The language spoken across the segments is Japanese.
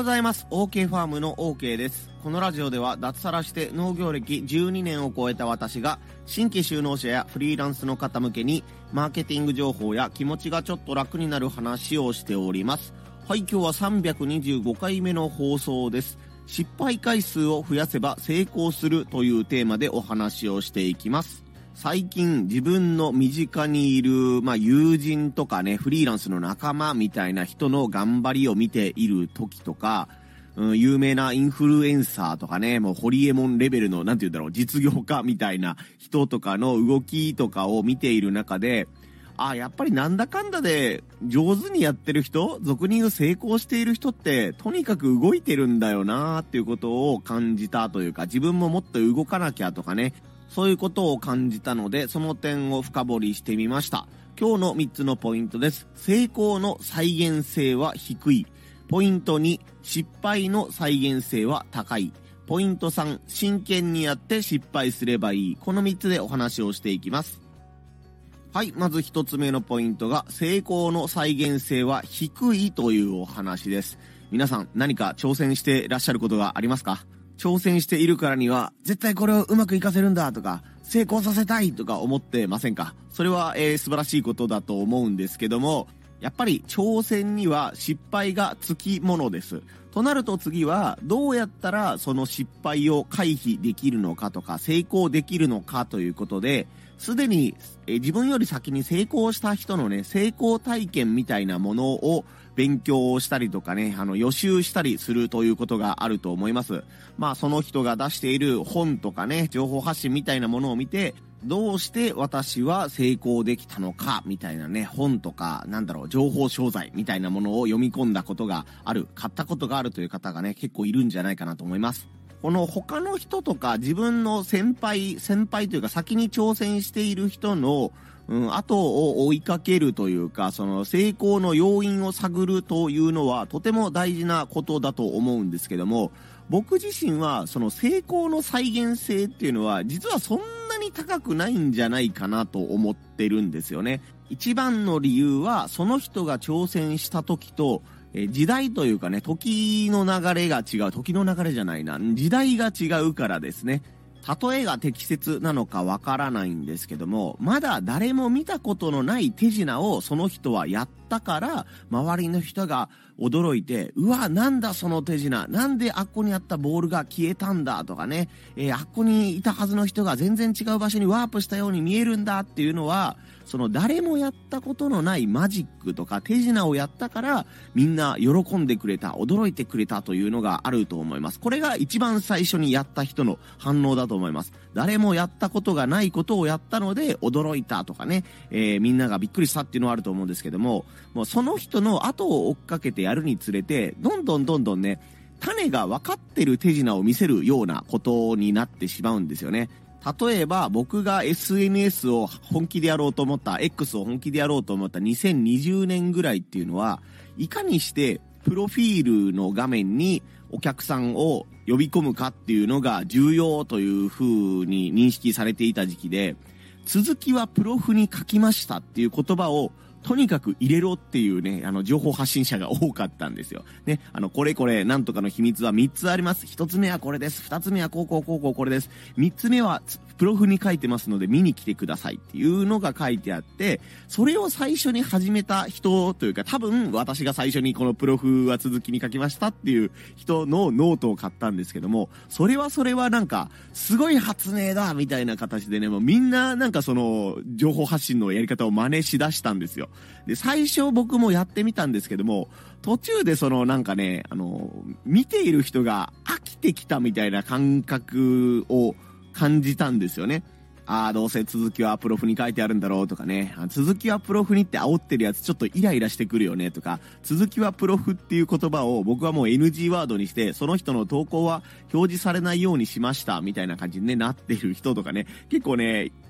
ございます。OK ファームの OK です。このラジオでは脱サラして農業歴12年を超えた私が新規就農者やフリーランスの方向けにマーケティング情報や気持ちがちょっと楽になる話をしております。はい、今日は325回目の放送です。失敗回数を増やせば成功するというテーマでお話をしていきます。最近自分の身近にいる、友人とかね、フリーランスの仲間みたいな人の頑張りを見ている時とか、有名なインフルエンサーとかね、もうホリエモンレベルの、実業家みたいな人とかの動きとかを見ている中で、やっぱりなんだかんだで上手にやってる人、俗に言う成功している人って、とにかく動いてるんだよなーっていうことを感じたというか、自分ももっと動かなきゃとかね、そういうことを感じたので、その点を深掘りしてみました。今日の3つのポイントです。成功の再現性は低い。ポイント2、失敗の再現性は高い。ポイント3、真剣にやって失敗すればいい。この3つでお話をしていきます。はい、まず1つ目のポイントが、成功の再現性は低いというお話です。皆さん何か挑戦していらっしゃることがありますか？挑戦しているからには、絶対これをうまくいかせるんだとか、成功させたいとか思ってませんか？それは、素晴らしいことだと思うんですけども、やっぱり挑戦には失敗がつきものです。となると次は、どうやったらその失敗を回避できるのかとか、成功できるのかということで、すでに自分より先に成功した人のね、成功体験みたいなものを勉強したりとかね、予習したりするということがあると思います。その人が出している本とかね、情報発信みたいなものを見て、どうして私は成功できたのかみたいなね、本とか、情報商材みたいなものを読み込んだことがある、買ったことがあるという方がね、結構いるんじゃないかなと思います。この他の人とか自分の先輩というか先に挑戦している人の後を追いかけるというか、その成功の要因を探るというのはとても大事なことだと思うんですけども、僕自身はその成功の再現性っていうのは実はそんなに高くないんじゃないかなと思ってるんですよね。一番の理由はその人が挑戦した時と時代というかね、時の流れが違う。時の流れじゃないな。時代が違うからですね。例えが適切なのかわからないんですけども、まだ誰も見たことのない手品をその人はやったから、周りの人が驚いて、うわ、なんだその手品、なんであっこにあったボールが消えたんだとかね、あっこにいたはずの人が全然違う場所にワープしたように見えるんだっていうのは、その誰もやったことのないマジックとか手品をやったから、みんな喜んでくれた、驚いてくれたというのがあると思います。これが一番最初にやった人の反応だと思います。誰もやったことがないことをやったので驚いたとかね、みんながびっくりしたっていうのはあると思うんですけども、もうその人の後を追っかけてやるにつれて、どんどんね、種が分かってる手品を見せるようなことになってしまうんですよね。例えば僕が SNS を本気でやろうと思った、X を本気でやろうと思った2020年ぐらいっていうのは、いかにしてプロフィールの画面にお客さんを呼び込むかっていうのが重要という風に認識されていた時期で、続きはプロフに書きましたっていう言葉をとにかく入れろっていうね、情報発信者が多かったんですよ。ね、これ、なんとかの秘密は3つあります。1つ目はこれです。2つ目はこれです。3つ目はプロフに書いてますので見に来てくださいっていうのが書いてあって、それを最初に始めた人というか、多分私が最初にこのプロフは続きに書きましたっていう人のノートを買ったんですけども、それはなんか、すごい発明だみたいな形でね、もうみんなその、情報発信のやり方を真似しだしたんですよ。で、最初僕もやってみたんですけども、途中で見ている人が飽きてきたみたいな感覚を感じたんですよね。どうせ続きはプロフに書いてあるんだろうとかね、続きはプロフにって煽ってるやつちょっとイライラしてくるよねとか、続きはプロフっていう言葉を僕はもう NG ワードにして、その人の投稿は表示されないようにしましたみたいな感じに、ね、なっている人とかね、結構ね、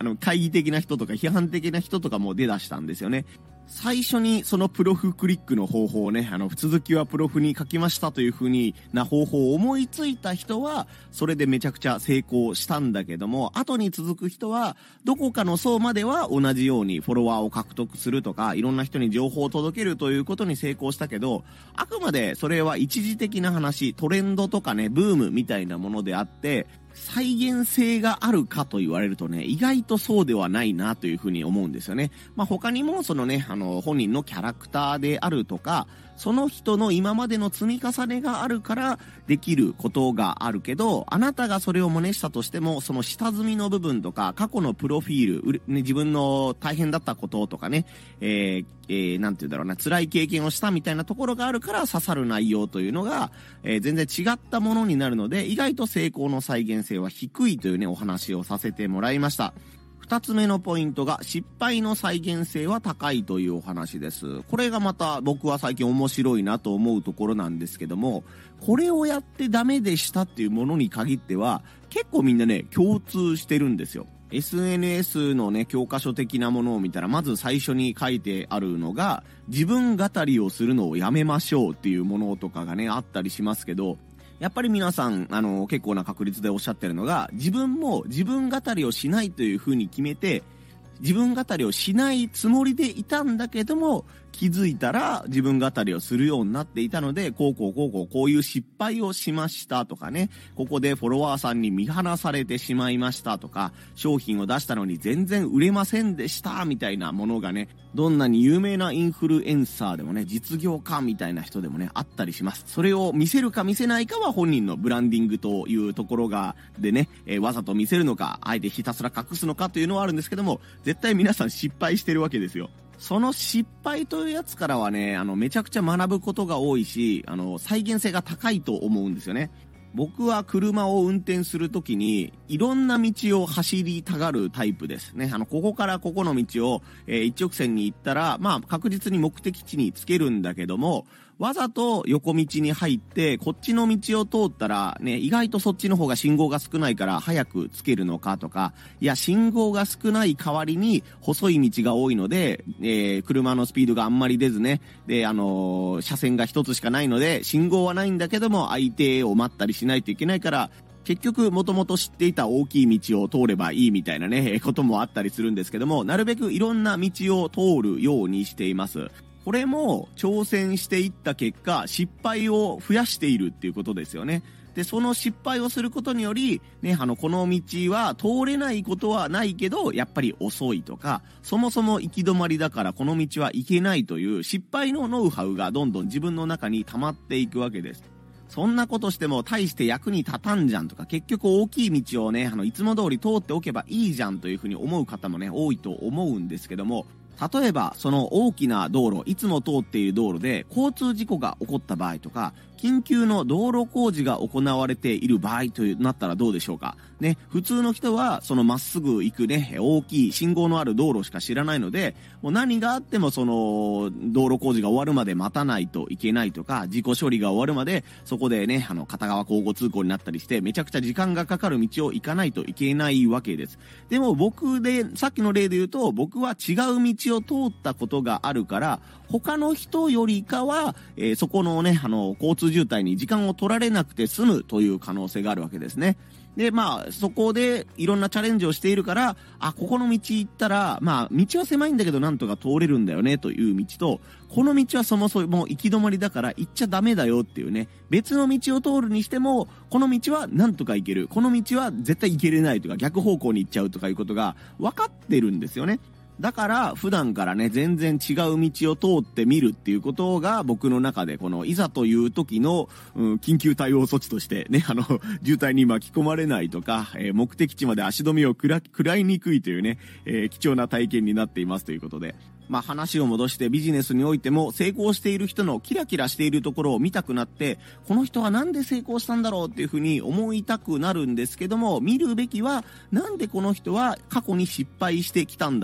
懐疑的な人とか批判的な人とかも出だしたんですよね。最初にそのプロフクリックの方法をね、続きはプロフに書きましたという風な方法を思いついた人は、それでめちゃくちゃ成功したんだけども、後に続く人は、どこかの層までは同じようにフォロワーを獲得するとか、いろんな人に情報を届けるということに成功したけど、あくまでそれは一時的な話、トレンドとかね、ブームみたいなものであって、再現性があるかと言われるとね、意外とそうではないなというふうに思うんですよね。他にもそのね、本人のキャラクターであるとか、その人の今までの積み重ねがあるからできることがあるけど、あなたがそれを真似したとしても、その下積みの部分とか、過去のプロフィール、自分の大変だったこととかね、なんて言うんだろうな、辛い経験をしたみたいなところがあるから刺さる内容というのが、全然違ったものになるので、意外と成功の再現性は低いというね、お話をさせてもらいました。二つ目のポイントが、失敗の再現性は高いというお話です。これがまた僕は最近面白いなと思うところなんですけども、これをやってダメでしたっていうものに限っては、結構みんなね、共通してるんですよ。SNS のね、教科書的なものを見たら、まず最初に書いてあるのが、自分語りをするのをやめましょうっていうものとかがね、あったりしますけど、やっぱり皆さん、結構な確率でおっしゃってるのが、自分も自分語りをしないという風に決めて、自分語りをしないつもりでいたんだけども、気づいたら自分語りをするようになっていたので、こういう失敗をしましたとかね、ここでフォロワーさんに見放されてしまいましたとか、商品を出したのに全然売れませんでしたみたいなものがね、どんなに有名なインフルエンサーでもね、実業家みたいな人でもね、あったりします。それを見せるか見せないかは本人のブランディングというところでね、わざと見せるのか、あえてひたすら隠すのかというのはあるんですけども、絶対皆さん失敗してるわけですよ。その失敗というやつからはね、めちゃくちゃ学ぶことが多いし、再現性が高いと思うんですよね。僕は車を運転するときに、いろんな道を走りたがるタイプですね。ここからここの道を、一直線に行ったら、確実に目的地につけるんだけども、わざと横道に入って、こっちの道を通ったら、ね、意外とそっちの方が信号が少ないから早くつけるのかとか、いや、信号が少ない代わりに細い道が多いので、車のスピードがあんまり出ずね、で、車線が一つしかないので、信号はないんだけども、相手を待ったりしないといけないから、結局、もともと知っていた大きい道を通ればいいみたいなね、こともあったりするんですけども、なるべくいろんな道を通るようにしています。これも挑戦していった結果、失敗を増やしているっていうことですよね。で、その失敗をすることにより、ね、この道は通れないことはないけど、やっぱり遅いとか、そもそも行き止まりだからこの道は行けないという失敗のノウハウがどんどん自分の中に溜まっていくわけです。そんなことしても大して役に立たんじゃんとか、結局大きい道をね、いつも通り通っておけばいいじゃんというふうに思う方もね、多いと思うんですけども、例えば、その大きな道路、いつも通っている道路で交通事故が起こった場合とか、緊急の道路工事が行われている場合となったらどうでしょうか。ね、普通の人はそのまっすぐ行くね、大きい信号のある道路しか知らないので、もう何があってもその道路工事が終わるまで待たないといけないとか、事故処理が終わるまでそこでね、片側交互通行になったりして、めちゃくちゃ時間がかかる道を行かないといけないわけです。でもさっきの例で言うと、僕は違う道を通ったことがあるから、他の人よりかは、そこのね、交通渋滞に時間を取られなくて済むという可能性があるわけですね。で、そこでいろんなチャレンジをしているから、ここの道行ったら、道は狭いんだけどなんとか通れるんだよねという道と、この道はそもそも行き止まりだから行っちゃダメだよっていうね、別の道を通るにしても、この道はなんとか行ける、この道は絶対行けれないとか、逆方向に行っちゃうとかいうことが分かってるんですよね。だから普段からね、全然違う道を通ってみるっていうことが僕の中でこのいざという時の、緊急対応措置としてね、渋滞に巻き込まれないとか、目的地まで足止めを食らいにくいというね、貴重な体験になっていますということで。話を戻してビジネスにおいても成功している人のキラキラしているところを見たくなって、この人はなんで成功したんだろうっていうふうに思いたくなるんですけども、見るべきはなんでこの人は過去に失敗してきたんだろうとかね、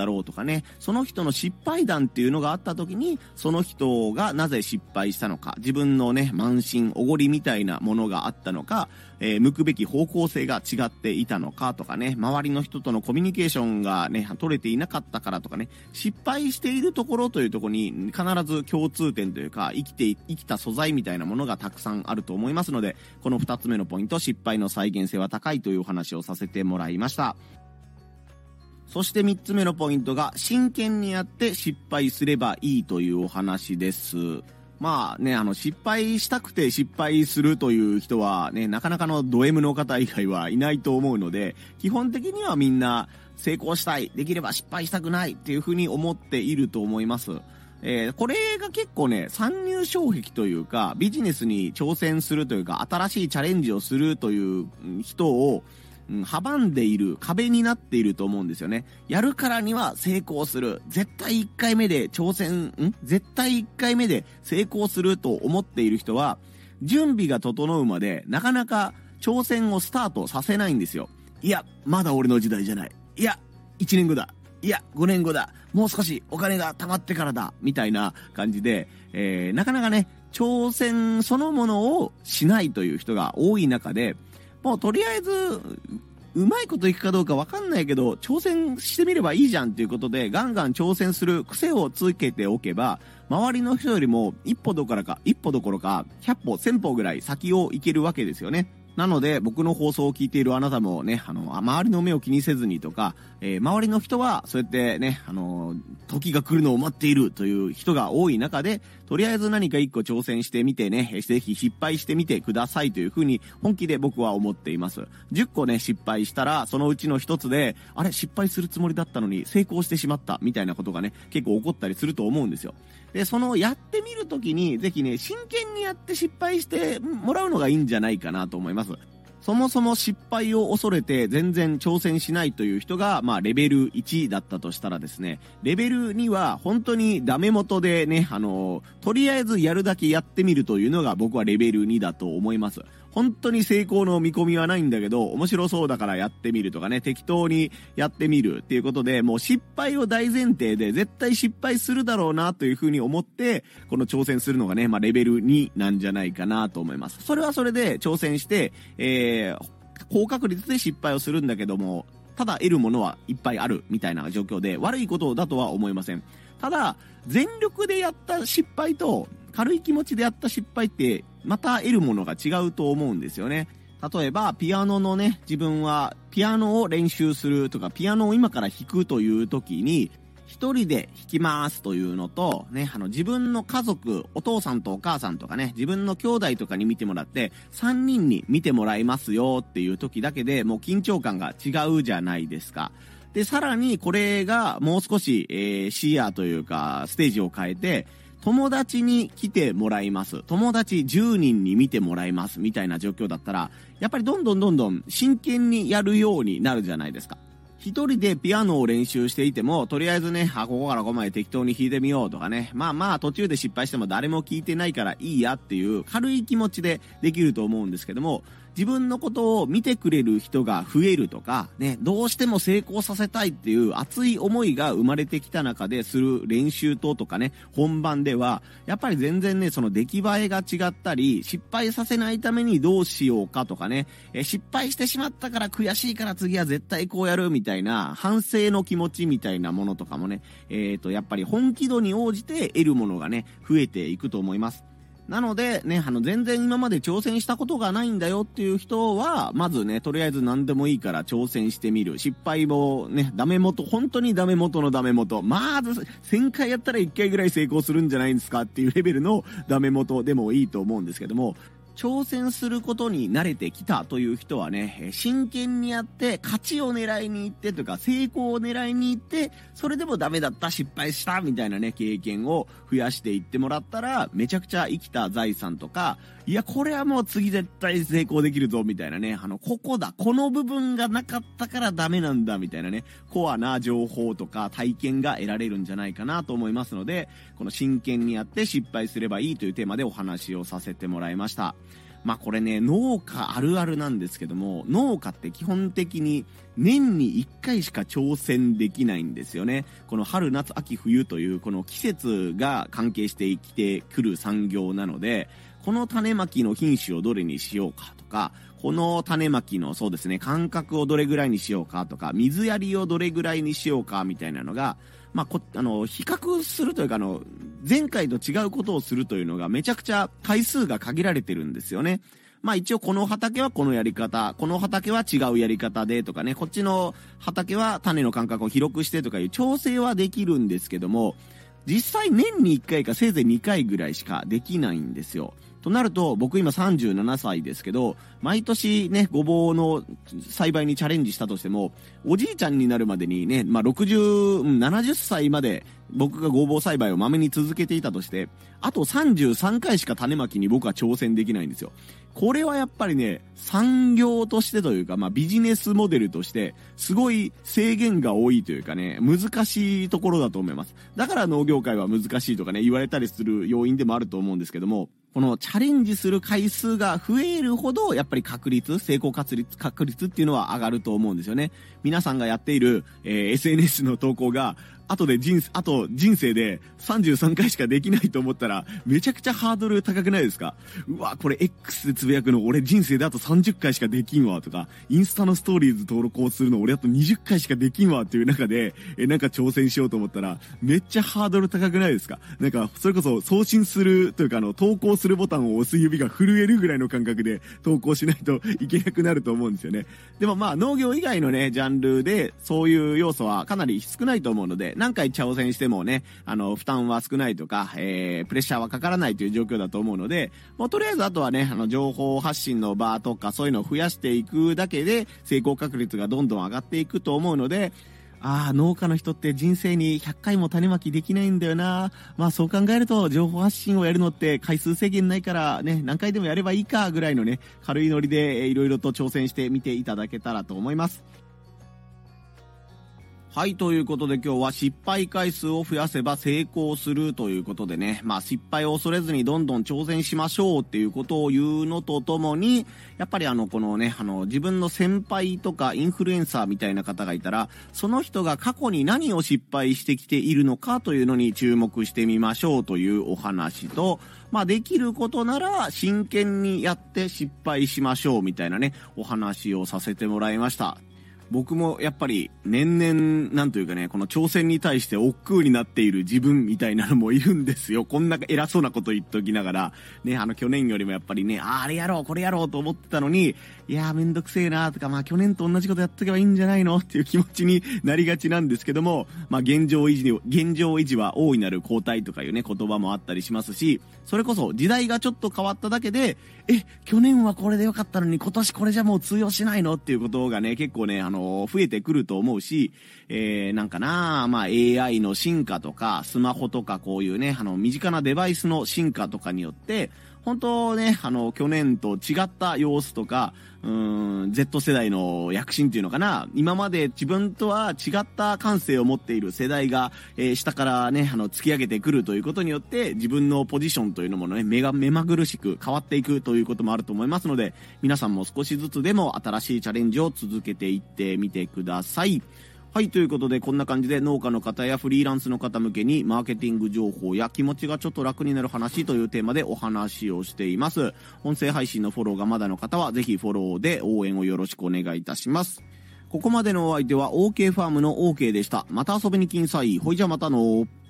ね、その人の失敗談っていうのがあった時に、その人がなぜ失敗したのか、自分のね、慢心、おごりみたいなものがあったのか、向くべき方向性が違っていたのかとかね、周りの人とのコミュニケーションがね、取れていなかったからとかね、失敗しているところというところに必ず共通点というか、生きた素材みたいなものがたくさんあると思いますので、この2つ目のポイント、失敗の再現性は高いというお話をさせてもらいました。そして3つ目のポイントが、真剣にやって失敗すればいいというお話です。まあね、失敗したくて失敗するという人はね、なかなかのド M の方以外はいないと思うので、基本的にはみんな成功したい、できれば失敗したくないっていうふうに思っていると思います。これが結構ね、参入障壁というか、ビジネスに挑戦するというか、新しいチャレンジをするという人を、阻んでいる壁になっていると思うんですよね。やるからには成功する。絶対1回目で成功すると思っている人は、準備が整うまでなかなか挑戦をスタートさせないんですよ。いや、まだ俺の時代じゃない。いや、1年後だ。いや、5年後だ。もう少しお金が貯まってからだ。みたいな感じで、なかなかね、挑戦そのものをしないという人が多い中で、もうとりあえずうまいこといくかどうかわかんないけど挑戦してみればいいじゃんっていうことでガンガン挑戦する癖をつけておけば、周りの人よりも一歩どころか100歩1000歩ぐらい先を行けるわけですよね。なので僕の放送を聞いているあなたもね、周りの目を気にせずにとか、周りの人はそうやってね、時が来るのを待っているという人が多い中で、とりあえず何か一個挑戦してみてね、ぜひ失敗してみてくださいというふうに本気で僕は思っています。10個ね、失敗したらそのうちの一つで、あれ失敗するつもりだったのに成功してしまったみたいなことがね、結構起こったりすると思うんですよ。で、そのやってみるときにぜひね、真剣にやって失敗してもらうのがいいんじゃないかなと思います。そもそも失敗を恐れて全然挑戦しないという人が、レベル1だったとしたらですね、レベル2は本当にダメ元でね、とりあえずやるだけやってみるというのが僕はレベル2だと思います。本当に成功の見込みはないんだけど、面白そうだからやってみるとかね、適当にやってみるっていうことで、もう失敗を大前提で絶対失敗するだろうなというふうに思って、この挑戦するのがね、レベル2なんじゃないかなと思います。それはそれで挑戦して、高確率で失敗をするんだけども、ただ得るものはいっぱいあるみたいな状況で、悪いことだとは思いません。ただ、全力でやった失敗と、軽い気持ちでやった失敗ってまた得るものが違うと思うんですよね。例えばピアノのね、自分はピアノを練習するとかピアノを今から弾くという時に一人で弾きますというのとね、自分の家族、お父さんとお母さんとかね、自分の兄弟とかに見てもらって3人に見てもらいますよっていう時だけでもう緊張感が違うじゃないですか。で、さらにこれがもう少し、視野というかステージを変えて友達に来てもらいます。友達10人に見てもらいます。みたいな状況だったら、やっぱりどんどん真剣にやるようになるじゃないですか。一人でピアノを練習していても、とりあえずね、ここからここまで適当に弾いてみようとかね。途中で失敗しても誰も聞いてないからいいやっていう軽い気持ちでできると思うんですけども、自分のことを見てくれる人が増えるとか、ね、どうしても成功させたいっていう熱い思いが生まれてきた中でする練習とかね、本番では、やっぱり全然ね、その出来栄えが違ったり、失敗させないためにどうしようかとかね、失敗してしまったから悔しいから次は絶対こうやるみたいな、反省の気持ちみたいなものとかもね、やっぱり本気度に応じて得るものがね、増えていくと思います。なのでね、全然今まで挑戦したことがないんだよっていう人は、まずね、とりあえず何でもいいから挑戦してみる。失敗もね、本当にダメ元のダメ元。まず、1000回やったら1回ぐらい成功するんじゃないんですかっていうレベルのダメ元でもいいと思うんですけども、挑戦することに慣れてきたという人はね、真剣にやって勝ちを狙いに行ってとか成功を狙いに行って、それでもダメだった、失敗したみたいなね、経験を増やしていってもらったら、めちゃくちゃ生きた財産とか、いや、これはもう次絶対成功できるぞみたいなね、この部分がなかったからダメなんだみたいなね、コアな情報とか体験が得られるんじゃないかなと思いますので、この真剣にやって失敗すればいいというテーマでお話をさせてもらいました。 これね、農家あるあるなんですけども、農家って基本的に年に1回しか挑戦できないんですよね。この春、夏、秋、冬というこの季節が関係してきてくる産業なので、この種まきの品種をどれにしようかとか、この種まきのそうですね、間隔をどれぐらいにしようかとか、水やりをどれぐらいにしようかみたいなのが、比較するというか、前回と違うことをするというのがめちゃくちゃ回数が限られてるんですよね。一応この畑はこのやり方、この畑は違うやり方でとかね、こっちの畑は種の間隔を広くしてとかいう調整はできるんですけども、実際年に1回かせいぜい2回ぐらいしかできないんですよ。となると、僕今37歳ですけど、毎年ね、ごぼうの栽培にチャレンジしたとしても、おじいちゃんになるまでにね、60、70歳まで僕がごぼう栽培をまめに続けていたとして、あと33回しか種まきに僕は挑戦できないんですよ。これはやっぱりね、産業としてというか、ビジネスモデルとして、すごい制限が多いというかね、難しいところだと思います。だから農業界は難しいとかね、言われたりする要因でもあると思うんですけども、このチャレンジする回数が増えるほど、やっぱり成功確率っていうのは上がると思うんですよね。皆さんがやっている、SNS の投稿が、あと人生で33回しかできないと思ったら、めちゃくちゃハードル高くないですか？うわ、これ X でつぶやくの俺人生であと30回しかできんわとか、インスタのストーリーズ登録をするの俺あと20回しかできんわっていう中で、挑戦しようと思ったら、めっちゃハードル高くないですか？それこそ送信するというか投稿するボタンを押す指が震えるぐらいの感覚で投稿しないといけなくなると思うんですよね。でも農業以外のね、ジャンルでそういう要素はかなり少ないと思うので、何回挑戦してもね、負担は少ないとか、プレッシャーはかからないという状況だと思うので、とりあえずあとはね、情報発信の場とかそういうのを増やしていくだけで、成功確率がどんどん上がっていくと思うので、農家の人って人生に100回も種まきできないんだよな。そう考えると、情報発信をやるのって回数制限ないからね、何回でもやればいいかぐらいのね、軽いノリでいろいろと挑戦してみていただけたらと思います。はい、ということで今日は失敗回数を増やせば成功するということでね、失敗を恐れずにどんどん挑戦しましょうっていうことを言うのとともに、やっぱりこのね、自分の先輩とかインフルエンサーみたいな方がいたら、その人が過去に何を失敗してきているのかというのに注目してみましょうというお話と、できることなら真剣にやって失敗しましょうみたいなね、お話をさせてもらいました。僕もやっぱり年々なんというかね、この挑戦に対して億劫になっている自分みたいなのもいるんですよ。こんな偉そうなこと言っときながらね、去年よりもやっぱりね、あれやろうこれやろうと思ってたのに、いやーめんどくせえなとか、去年と同じことやっとけばいいんじゃないのっていう気持ちになりがちなんですけども、現状維持は大いなる後退とかいうね言葉もあったりしますし、それこそ時代がちょっと変わっただけで、去年はこれでよかったのに今年これじゃもう通用しないのっていうことがね、結構ね増えてくると思うし、AI の進化とかスマホとかこういうね身近なデバイスの進化とかによって、本当ね去年と違った様子とか、Z 世代の躍進っていうのかな、今まで自分とは違った感性を持っている世代が、下からね突き上げてくるということによって、自分のポジションというのもね目まぐるしく変わっていくということもあると思いますので、皆さんも少しずつでも新しいチャレンジを続けていってみてください。はい、ということでこんな感じで農家の方やフリーランスの方向けにマーケティング情報や気持ちがちょっと楽になる話というテーマでお話をしています。音声配信のフォローがまだの方はぜひフォローで応援をよろしくお願いいたします。ここまでのお相手は OK ファームの OK でした。また遊びに来んさい。ほいじゃまたの。